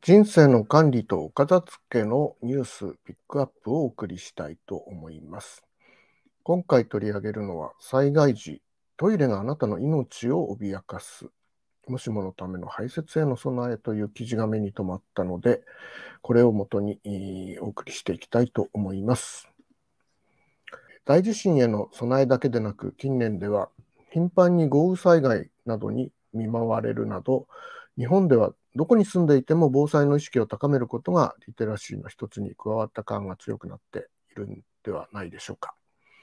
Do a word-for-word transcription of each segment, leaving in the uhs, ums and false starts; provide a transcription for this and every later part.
人生の管理とお片付けのニュースピックアップをお送りしたいと思います。今回取り上げるのは、災害時、トイレがあなたの命を脅かす、もしものための排泄への備えという記事が目に留まったので、これをもとにえーお送りしていきたいと思います。大地震への備えだけでなく、近年では頻繁に豪雨災害などに見舞われるなど、日本ではどこに住んでいても防災の意識を高めることがリテラシーの一つに加わった感が強くなっているんではないでしょうか。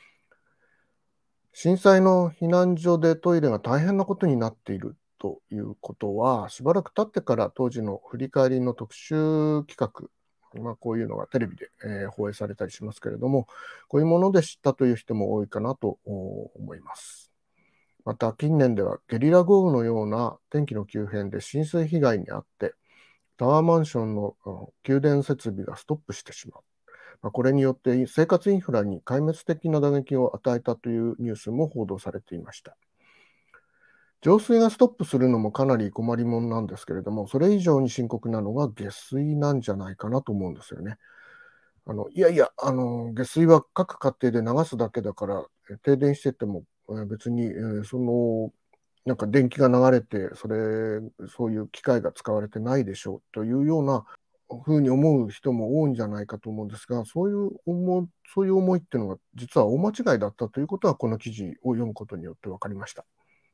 震災の避難所でトイレが大変なことになっているということは、しばらく経ってから当時の振り返りの特集企画、まあ、こういうのがテレビで、えー放映されたりしますけれども、こういうもので知ったという人も多いかなと思います。また近年ではゲリラ豪雨のような天気の急変で浸水被害に遭って、タワーマンションの給電設備がストップしてしまう。まあこれによって生活インフラに壊滅的な打撃を与えたというニュースも報道されていました。浄水がストップするのもかなり困りものなんですけれども、それ以上に深刻なのが下水なんじゃないかなと思うんですよね。あのいやいやあの、下水は各家庭で流すだけだから、停電してても別に、えー、そのなんか電気が流れて、それそういう機械が使われてないでしょうというようなふうに思う人も多いんじゃないかと思うんですが、そういう思そういう思いっていうのが実は大間違いだったということは、この記事を読むことによって分かりました。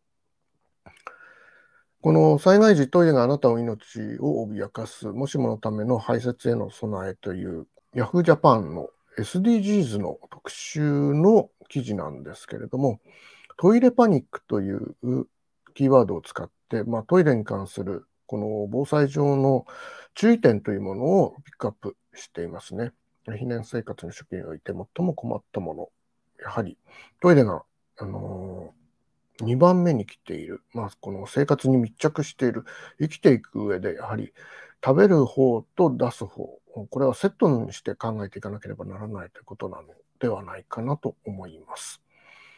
この災害時トイレがあなたの命を脅かす、もしものための排泄への備えというヤフージャパンの エスディージーズ の特集の記事なんですけれども、トイレパニックというキーワードを使って、まあ、トイレに関するこの防災上の注意点というものをピックアップしていますね。避難生活の初期において最も困ったもの、やはりトイレが、あのー、にばんめに来ている、まあ、この生活に密着している、生きていく上でやはり食べる方と出す方、これはセットにして考えていかなければならないということなのではないかなと思います。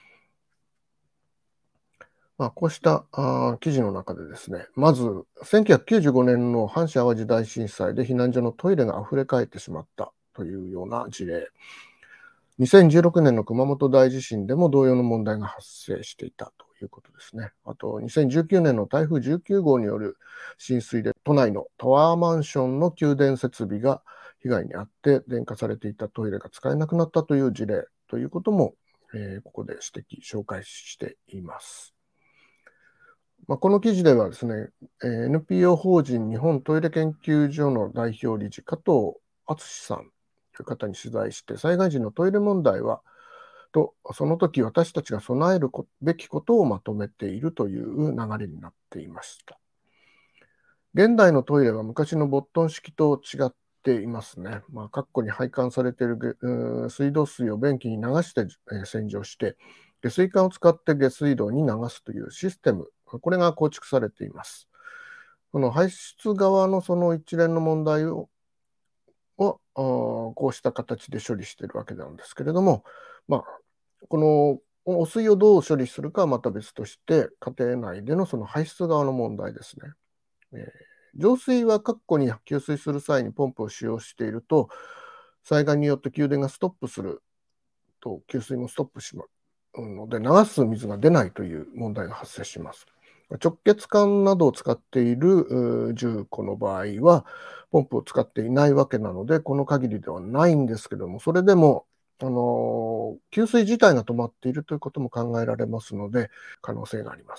まあ、こうしたあ記事の中でですね、まずせんきゅうひゃくきゅうじゅうごねんの阪神・淡路大震災で避難所のトイレが溢れ返ってしまったというような事例、にせんじゅうろくねんの熊本大地震でも同様の問題が発生していたということですね。あとにせんじゅうきゅうねんの台風じゅうきゅうごうによる浸水で都内のタワーマンションの給電設備が被害に遭って電化されていたトイレが使えなくなったという事例ということも、えーここで指摘紹介しています。まあ、この記事ではですね、エヌピーオー 法人日本トイレ研究所の代表理事、加藤敦さんという方に取材して、災害時のトイレ問題は、とその時私たちが備えるべきことをまとめているという流れになっていました。現代のトイレは昔のボットン式と違っていますね。まあ、括弧に配管されている水道水を便器に流して洗浄して、下水管を使って下水道に流すというシステム、これが構築されています。この排出側のその一連の問題ををこうした形で処理しているわけなんですけれども、まあ、この汚水をどう処理するかはまた別として、家庭内でのその排出側の問題ですね。えー浄水は各戸に給水する際にポンプを使用していると、災害によって給電がストップすると給水もストップしまうので、流す水が出ないという問題が発生します。直結管などを使っている住戸の場合は、ポンプを使っていないわけなので、この限りではないんですけども、それでも、あの給水自体が止まっているということも考えられますので、可能性があります。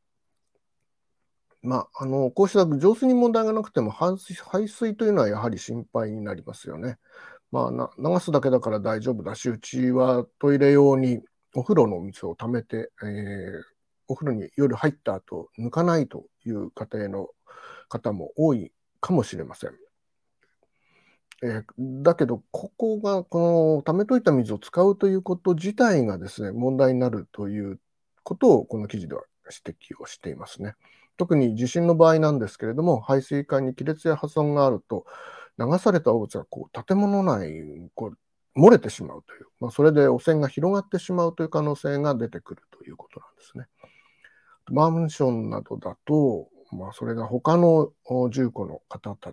まあ、あのこうした浄水に問題がなくても排水、排水というのはやはり心配になりますよね。まあ、な流すだけだから大丈夫だし、うちはトイレ用にお風呂の水を溜めて、えーお風呂に夜入った後抜かないという家庭の方も多いかもしれません。えーだけど、ここが、この溜めといた水を使うということ自体がですね、問題になるということをこの記事では指摘をしていますね。特に地震の場合なんですけれども、排水管に亀裂や破損があると、流された汚物がこう建物内にこう漏れてしまうという、まあ、それで汚染が広がってしまうという可能性が出てくるということなんですね。マンションなどだと、まあ、それが他の住戸の方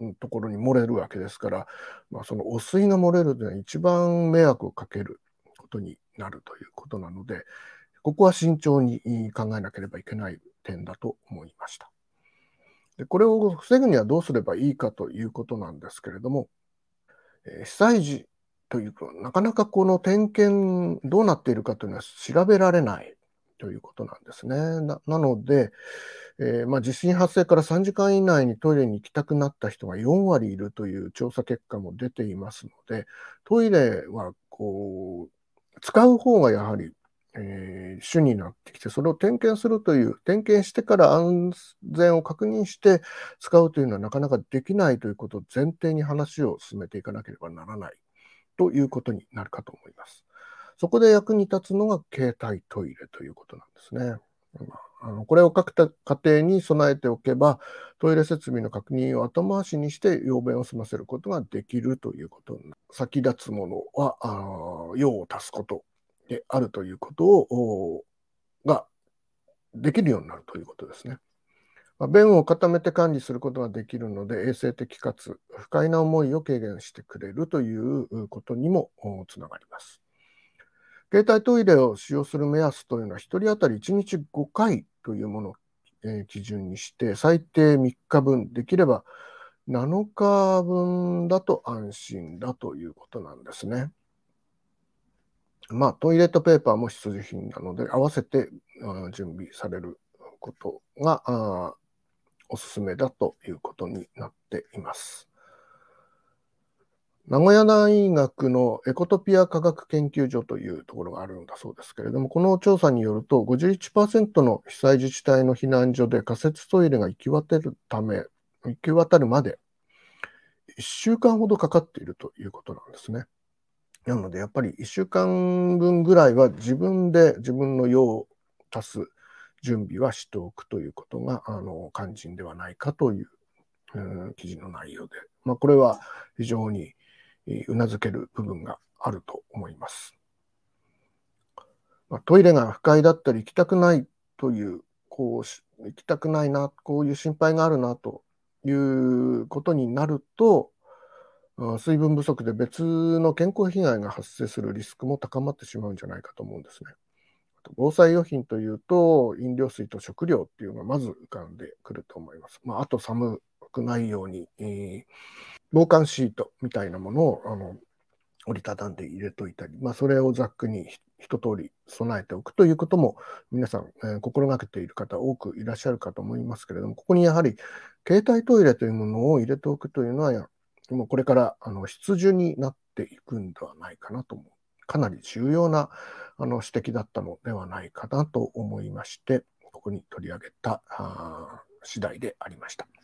ところに漏れるわけですから、まあ、その汚水が漏れるというのは一番迷惑をかけることになるということなので、ここは慎重に考えなければいけない点だと思いました。で、これを防ぐにはどうすればいいかということなんですけれども、えー被災時というか、なかなかこの点検どうなっているかというのは調べられないということなんですね。ななので、えーまあ、地震発生からさんじかん以内にトイレに行きたくなった人がよんわりいるという調査結果も出ていますので、トイレはこう使う方がやはり、えー主になってきて、それを点検するという、点検してから安全を確認して使うというのはなかなかできないということを前提に話を進めていかなければならないということになるかと思います。そこで役に立つのが携帯トイレということなんですね。あのこれを各家庭に備えておけば、トイレ設備の確認を後回しにして用便を済ませることができるということになる。先立つものはあ用を足すことであるということをができるようになるということですね。まあ、便を固めて管理することができるので、衛生的かつ不快な思いを軽減してくれるということにもつながります。携帯トイレを使用する目安というのは、ひとり当たりいちにちごかいというものを、えー基準にして、最低みっかぶん、できればなのかぶんだと安心だということなんですね。まあ、トイレットペーパーも必需品なので、合わせてあー準備されることがあーおすすめだということになっています。名古屋大学のエコトピア科学研究所というところがあるんだそうですけれども、この調査によると、ごじゅういちパーセントの被災自治体の避難所で仮設トイレが行き渡るため、行き渡るまでいっしゅうかんほどかかっているということなんですね。なので、やっぱりいっしゅうかんぶんぐらいは自分で自分の用を足す準備はしておくということがあの肝心ではないかという、うん、記事の内容で、まあ、これは非常にうなずける部分があると思います。まあ、トイレが不快だったり行きたくないという、こう行きたくないな、こういう心配があるなということになると、水分不足で別の健康被害が発生するリスクも高まってしまうんじゃないかと思うんですね。防災用品というと、飲料水と食料っていうのがまず浮かんでくると思います。まあ、あと寒くないように、えー、防寒シートみたいなものをあの折りたたんで入れといたり、まあ、それをざっくに一通り備えておくということも皆さん、えー、心がけている方多くいらっしゃるかと思いますけれども、ここにやはり携帯トイレというものを入れておくというのは、もうこれからあの必需になっていくんではないかなと思う。かなり重要なあの指摘だったのではないかなと思いまして、ここに取り上げた次第でありました。